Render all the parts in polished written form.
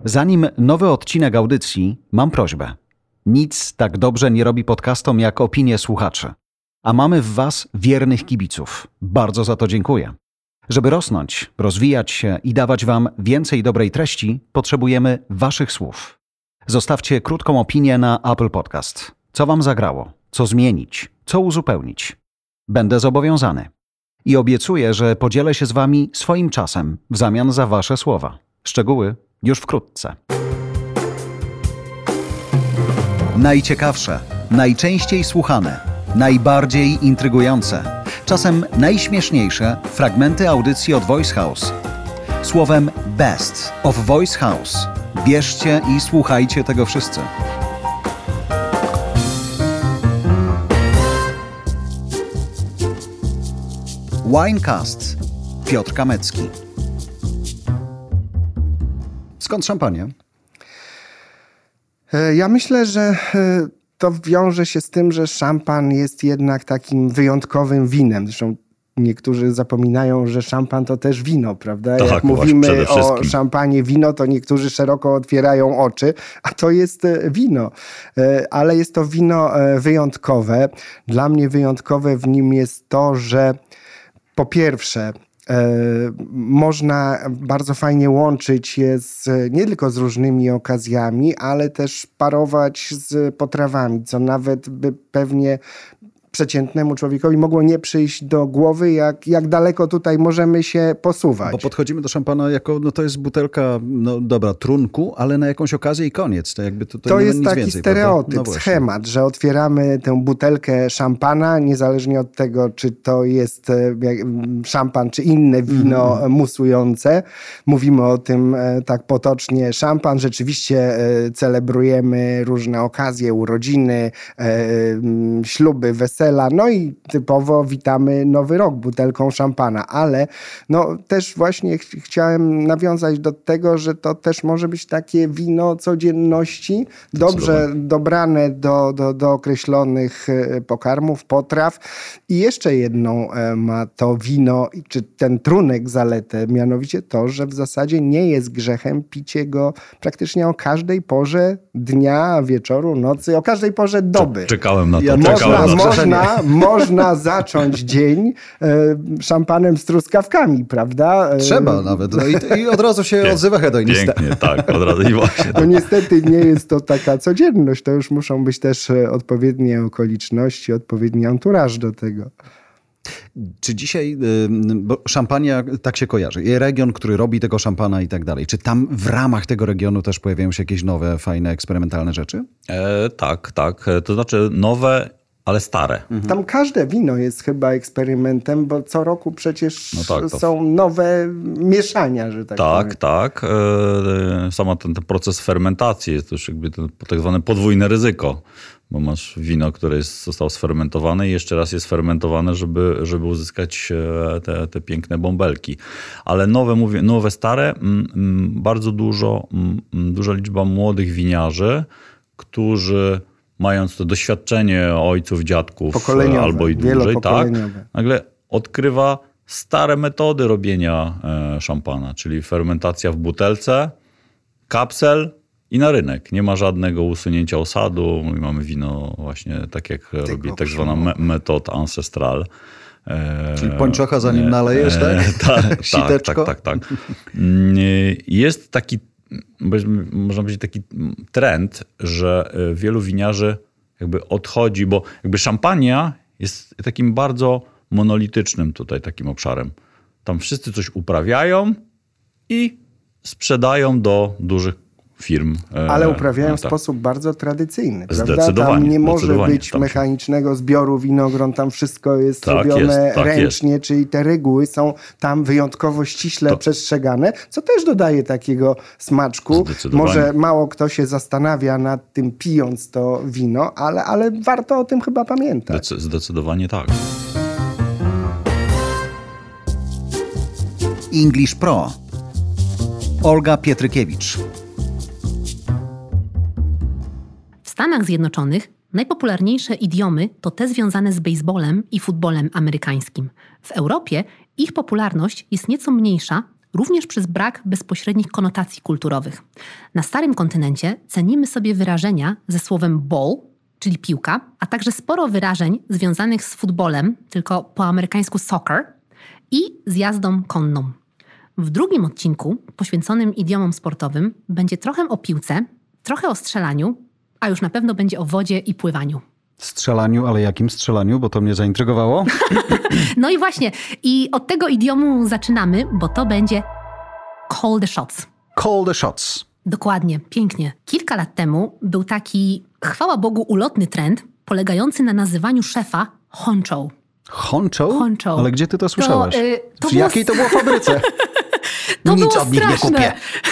Zanim nowy odcinek audycji, mam prośbę. Nic tak dobrze nie robi podcastom jak opinie słuchaczy. A mamy w Was wiernych kibiców. Bardzo za to dziękuję. Żeby rosnąć, rozwijać się i dawać Wam więcej dobrej treści, potrzebujemy Waszych słów. Zostawcie krótką opinię na Apple Podcast. Co Wam zagrało? Co zmienić? Co uzupełnić? Będę zobowiązany. I obiecuję, że podzielę się z Wami swoim czasem w zamian za Wasze słowa. Szczegóły już wkrótce. Najciekawsze, najczęściej słuchane, najbardziej intrygujące, czasem najśmieszniejsze fragmenty audycji od Voice House. Słowem Best of Voice House. Bierzcie i słuchajcie tego wszyscy. Winecast. Piotr Kamecki. Skąd szampania? Ja myślę, że to wiąże się z tym, że szampan jest jednak takim wyjątkowym winem. Zresztą niektórzy zapominają, że szampan to też wino, prawda? Tak, jak mówimy o szampanie wino, to niektórzy szeroko otwierają oczy, a to jest wino. Ale jest to wino wyjątkowe. Dla mnie wyjątkowe w nim jest to, że po pierwsze, można bardzo fajnie łączyć je nie tylko z różnymi okazjami, ale też parować z potrawami, co nawet by pewnie przeciętnemu człowiekowi mogło nie przyjść do głowy, jak daleko tutaj możemy się posuwać. Bo podchodzimy do szampana jako, to jest butelka, trunku, ale na jakąś okazję i koniec. To jest taki więcej, stereotyp, schemat, że otwieramy tę butelkę szampana, niezależnie od tego, czy to jest szampan, czy inne wino musujące. Mówimy o tym tak potocznie. Szampan, rzeczywiście celebrujemy różne okazje, urodziny, śluby, wesela, no i typowo witamy Nowy Rok butelką szampana, ale też właśnie chciałem nawiązać do tego, że to też może być takie wino codzienności, dobrze dobrane do określonych pokarmów, potraw. I jeszcze jedną ma to wino, czy ten trunek zaletę, mianowicie to, że w zasadzie nie jest grzechem picie go praktycznie o każdej porze dnia, wieczoru, nocy, o każdej porze doby. Czekałem na to. Można zacząć dzień szampanem z truskawkami, prawda? Trzeba nawet. I od razu się odzywa hedonista. Pięknie, tak. Od razu i właśnie. No niestety nie jest to taka codzienność. To już muszą być też odpowiednie okoliczności, odpowiedni anturaż do tego. Czy dzisiaj, bo szampania tak się kojarzy, i region, który robi tego szampana i tak dalej, czy tam w ramach tego regionu też pojawiają się jakieś nowe, fajne, eksperymentalne rzeczy? Tak. To znaczy nowe, ale stare. Tam każde wino jest chyba eksperymentem, bo co roku przecież są nowe mieszania, że tak powiem. Tak. Sama ten proces fermentacji jest już jakby tak zwane podwójne ryzyko, bo masz wino, które zostało sfermentowane i jeszcze raz jest fermentowane, żeby uzyskać te piękne bąbelki. Ale nowe, stare, bardzo duża liczba młodych winiarzy, którzy mając to doświadczenie ojców, dziadków albo i dłużej, nagle odkrywa stare metody robienia szampana, czyli fermentacja w butelce, kapsel i na rynek. Nie ma żadnego usunięcia osadu. Mamy wino właśnie tak jak robi tak zwana metod ancestral. Czyli pończocha zanim nalejesz, tak? Siteczko? Tak. Jest taki, można powiedzieć, taki trend, że wielu winiarzy jakby odchodzi, bo jakby szampania jest takim bardzo monolitycznym tutaj takim obszarem. Tam wszyscy coś uprawiają i sprzedają do dużych firm. Ale uprawiają w sposób bardzo tradycyjny, prawda? Zdecydowanie. Tam nie może być mechanicznego zbioru winogron, tam wszystko jest robione ręcznie, czyli te reguły są tam wyjątkowo ściśle przestrzegane, co też dodaje takiego smaczku. Może mało kto się zastanawia nad tym, pijąc to wino, ale warto o tym chyba pamiętać. Zdecydowanie tak. English Pro. Olga Pietrykiewicz. W Stanach Zjednoczonych najpopularniejsze idiomy to te związane z bejsbolem i futbolem amerykańskim. W Europie ich popularność jest nieco mniejsza, również przez brak bezpośrednich konotacji kulturowych. Na starym kontynencie cenimy sobie wyrażenia ze słowem ball, czyli piłka, a także sporo wyrażeń związanych z futbolem, tylko po amerykańsku soccer, i z jazdą konną. W drugim odcinku, poświęconym idiomom sportowym, będzie trochę o piłce, trochę o strzelaniu, a już na pewno będzie o wodzie i pływaniu. Strzelaniu, ale jakim strzelaniu? Bo to mnie zaintrygowało. No i właśnie, i od tego idiomu zaczynamy, bo to będzie call the shots. Call the shots. Dokładnie, pięknie. Kilka lat temu był taki, chwała Bogu, ulotny trend polegający na nazywaniu szefa honcho. Honcho? Honcho. Ale gdzie ty to słyszałaś? To w jakiej to było fabryce? To Nic było od nich straszne. nie kupię.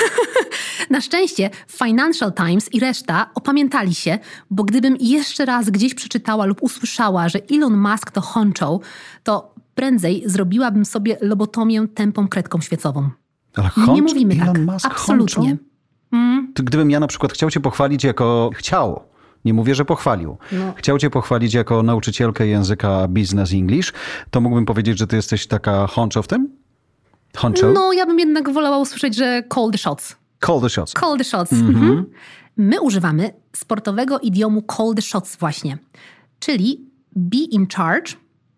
Na szczęście Financial Times i reszta opamiętali się, bo gdybym jeszcze raz gdzieś przeczytała lub usłyszała, że Elon Musk to honcho, to prędzej zrobiłabym sobie lobotomię tępą kredką świecową. Ale honcho? Nie mówimy Elon tak. Musk Absolutnie. To gdybym ja na przykład chciał cię pochwalić jako... Nie mówię, że pochwalił. No. Chciał cię pochwalić jako nauczycielkę języka Business English, to mógłbym powiedzieć, że ty jesteś taka honcho w tym? Honcho? No, ja bym jednak wolała usłyszeć, że call the shots. Call the shots. Call the shots. Mhm. My używamy sportowego idiomu call the shots właśnie, czyli be in charge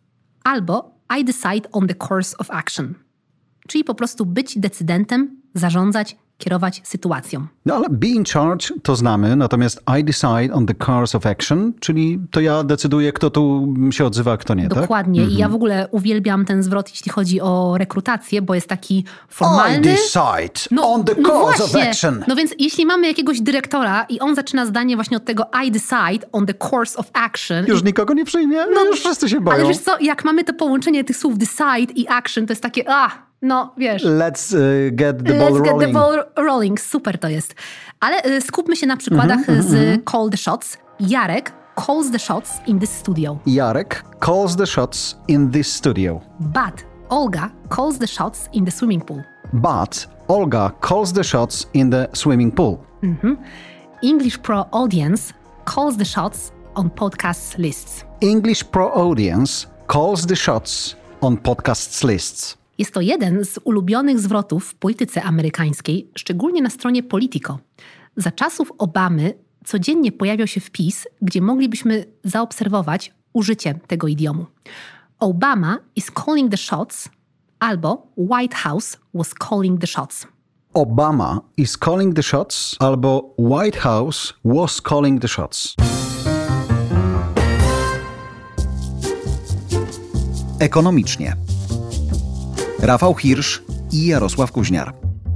albo I decide on the course of action. Czyli po prostu być decydentem, zarządzać, kierować sytuacją. No ale be in charge to znamy, natomiast I decide on the course of action, czyli to ja decyduję, kto tu się odzywa, a kto nie, Dokładnie. tak? I ja w ogóle uwielbiam ten zwrot, jeśli chodzi o rekrutację, bo jest taki formalny. I decide on the course of action. No więc jeśli mamy jakiegoś dyrektora i on zaczyna zdanie właśnie od tego I decide on the course of action. Już nikogo nie przyjmie? No już wszyscy się boją. Ale wiesz co, jak mamy to połączenie tych słów decide i action, to jest takie, no wiesz. Let's get the ball rolling. Get the ball rolling. Super to jest. Ale skupmy się na przykładach z Call the Shots. Jarek calls the shots in this studio. Jarek calls the shots in this studio. But Olga calls the shots in the swimming pool. But Olga calls the shots in the swimming pool. English Pro Audience calls the shots on podcast lists. English Pro Audience calls the shots on podcasts lists. Jest to jeden z ulubionych zwrotów w polityce amerykańskiej, szczególnie na stronie Politico. Za czasów Obamy codziennie pojawiał się wpis, gdzie moglibyśmy zaobserwować użycie tego idiomu. Obama is calling the shots albo White House was calling the shots. Obama is calling the shots albo White House was calling the shots. Ekonomicznie. Rafał Hirsch i Jarosław Kuźniar.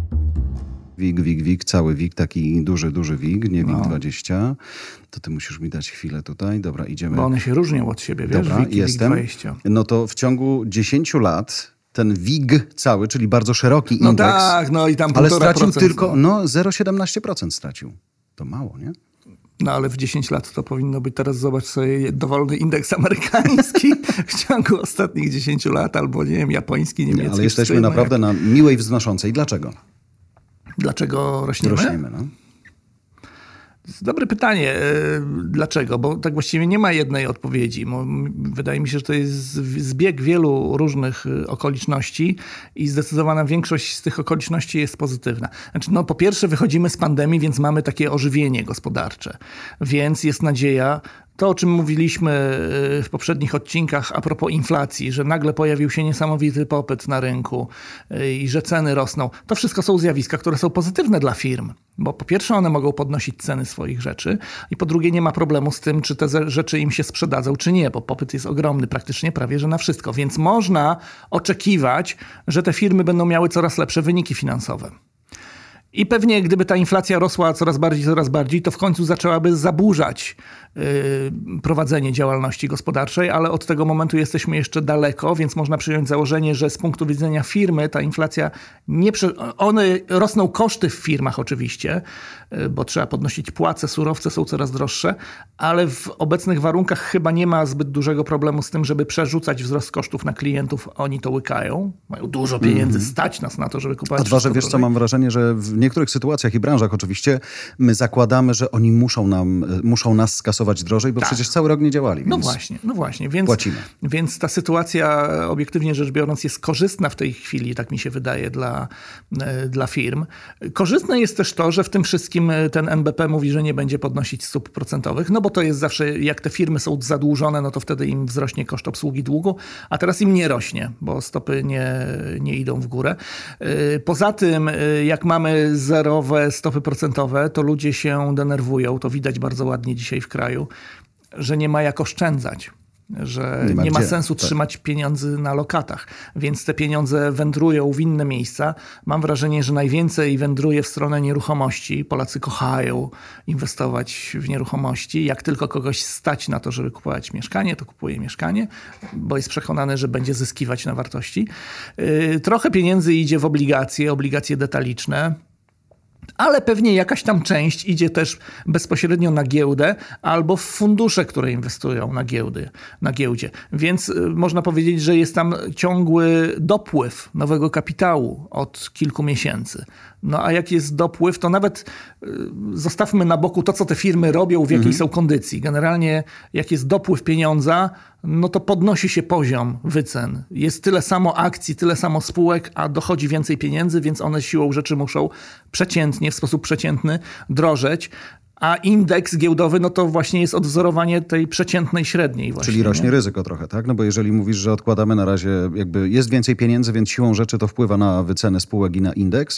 WIG, cały WIG, taki duży WIG, nie WIG 20. To ty musisz mi dać chwilę tutaj. Dobra, idziemy. Bo one się różnią od siebie, wiesz? Dobra, WIG i jestem. WIG 20. No to w ciągu 10 lat ten WIG cały, czyli bardzo szeroki indeks. No tak, no i tam 1,5%. Ale stracił tylko 0,17% stracił. To mało, nie? No ale w 10 lat to powinno być, teraz zobacz sobie dowolny indeks amerykański w ciągu ostatnich 10 lat, albo nie wiem, japoński, niemiecki. Ale jesteśmy naprawdę na miłej wznoszącej. Dlaczego? Dlaczego rośniemy? Rośniemy, no. Dobre pytanie. Dlaczego? Bo tak właściwie nie ma jednej odpowiedzi. Wydaje mi się, że to jest zbieg wielu różnych okoliczności i zdecydowana większość z tych okoliczności jest pozytywna. Znaczy, no, po pierwsze wychodzimy z pandemii, więc mamy takie ożywienie gospodarcze. Więc jest nadzieja. To, o czym mówiliśmy w poprzednich odcinkach a propos inflacji, że nagle pojawił się niesamowity popyt na rynku i że ceny rosną. To wszystko są zjawiska, które są pozytywne dla firm. Bo po pierwsze one mogą podnosić ceny swoich rzeczy i po drugie nie ma problemu z tym, czy te rzeczy im się sprzedadzą, czy nie, bo popyt jest ogromny praktycznie prawie, że na wszystko. Więc można oczekiwać, że te firmy będą miały coraz lepsze wyniki finansowe. I pewnie gdyby ta inflacja rosła coraz bardziej, to w końcu zaczęłaby zaburzać prowadzenie działalności gospodarczej, ale od tego momentu jesteśmy jeszcze daleko, więc można przyjąć założenie, że z punktu widzenia firmy ta inflacja one rosną koszty w firmach oczywiście, bo trzeba podnosić płace, surowce są coraz droższe, ale w obecnych warunkach chyba nie ma zbyt dużego problemu z tym, żeby przerzucać wzrost kosztów na klientów. Oni to łykają, mają dużo pieniędzy, stać nas na to, żeby kupować. A dwa, że wiesz co, mam wrażenie, że niektórych sytuacjach i branżach oczywiście my zakładamy, że oni muszą nas skasować drożej, bo przecież cały rok nie działali. No właśnie. Więc płacimy. Więc ta sytuacja, obiektywnie rzecz biorąc, jest korzystna w tej chwili, tak mi się wydaje, dla firm. Korzystne jest też to, że w tym wszystkim ten NBP mówi, że nie będzie podnosić stóp procentowych, no bo to jest zawsze, jak te firmy są zadłużone, no to wtedy im wzrośnie koszt obsługi długu, a teraz im nie rośnie, bo stopy nie idą w górę. Poza tym, jak mamy zerowe stopy procentowe, to ludzie się denerwują, to widać bardzo ładnie dzisiaj w kraju, że nie ma jak oszczędzać. Że nie ma sensu trzymać pieniędzy na lokatach, więc te pieniądze wędrują w inne miejsca. Mam wrażenie, że najwięcej wędruje w stronę nieruchomości. Polacy kochają inwestować w nieruchomości. Jak tylko kogoś stać na to, żeby kupować mieszkanie, to kupuje mieszkanie, bo jest przekonany, że będzie zyskiwać na wartości. Trochę pieniędzy idzie w obligacje detaliczne. Ale pewnie jakaś tam część idzie też bezpośrednio na giełdę albo w fundusze, które inwestują na giełdzie. Więc można powiedzieć, że jest tam ciągły dopływ nowego kapitału od kilku miesięcy. No a jak jest dopływ, to nawet zostawmy na boku to, co te firmy robią, w jakiej są kondycji. Generalnie jak jest dopływ pieniądza, no to podnosi się poziom wycen. Jest tyle samo akcji, tyle samo spółek, a dochodzi więcej pieniędzy, więc one siłą rzeczy muszą w sposób przeciętny drożeć. A indeks giełdowy, no to właśnie jest odwzorowanie tej przeciętnej średniej właśnie. Czyli rośnie ryzyko trochę, tak? No bo jeżeli mówisz, że odkładamy na razie, jakby jest więcej pieniędzy, więc siłą rzeczy to wpływa na wycenę spółek i na indeks,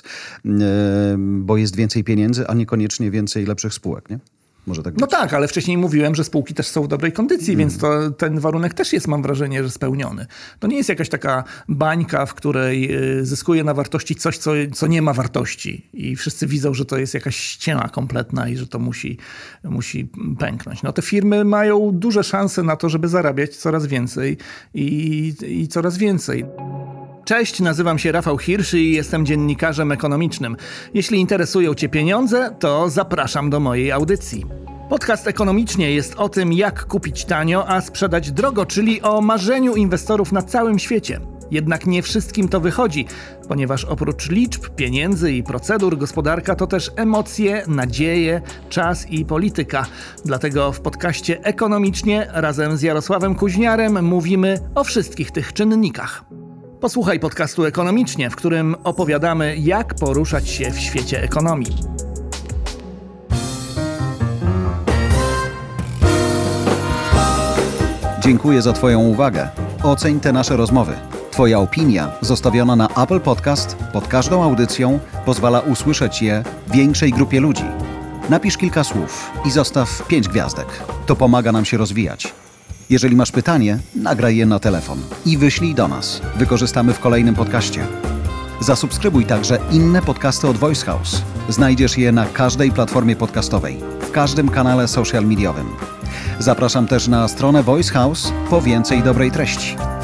bo jest więcej pieniędzy, a niekoniecznie więcej lepszych spółek, nie? Może tak być. No tak, ale wcześniej mówiłem, że spółki też są w dobrej kondycji, więc ten warunek też jest, mam wrażenie, że spełniony. To nie jest jakaś taka bańka, w której zyskuje na wartości coś, co nie ma wartości i wszyscy widzą, że to jest jakaś ściema kompletna i że to musi pęknąć. No te firmy mają duże szanse na to, żeby zarabiać coraz więcej i coraz więcej. Cześć, nazywam się Rafał Hirsch i jestem dziennikarzem ekonomicznym. Jeśli interesują Cię pieniądze, to zapraszam do mojej audycji. Podcast Ekonomicznie jest o tym, jak kupić tanio, a sprzedać drogo, czyli o marzeniu inwestorów na całym świecie. Jednak nie wszystkim to wychodzi, ponieważ oprócz liczb, pieniędzy i procedur, gospodarka to też emocje, nadzieje, czas i polityka. Dlatego w podcaście Ekonomicznie razem z Jarosławem Kuźniarem mówimy o wszystkich tych czynnikach. Posłuchaj podcastu Ekonomicznie, w którym opowiadamy, jak poruszać się w świecie ekonomii. Dziękuję za Twoją uwagę. Oceń te nasze rozmowy. Twoja opinia zostawiona na Apple Podcast pod każdą audycją pozwala usłyszeć je większej grupie ludzi. Napisz kilka słów i zostaw 5 gwiazdek. To pomaga nam się rozwijać. Jeżeli masz pytanie, nagraj je na telefon i wyślij do nas. Wykorzystamy w kolejnym podcaście. Zasubskrybuj także inne podcasty od Voice House. Znajdziesz je na każdej platformie podcastowej, w każdym kanale social mediowym. Zapraszam też na stronę Voice House po więcej dobrej treści.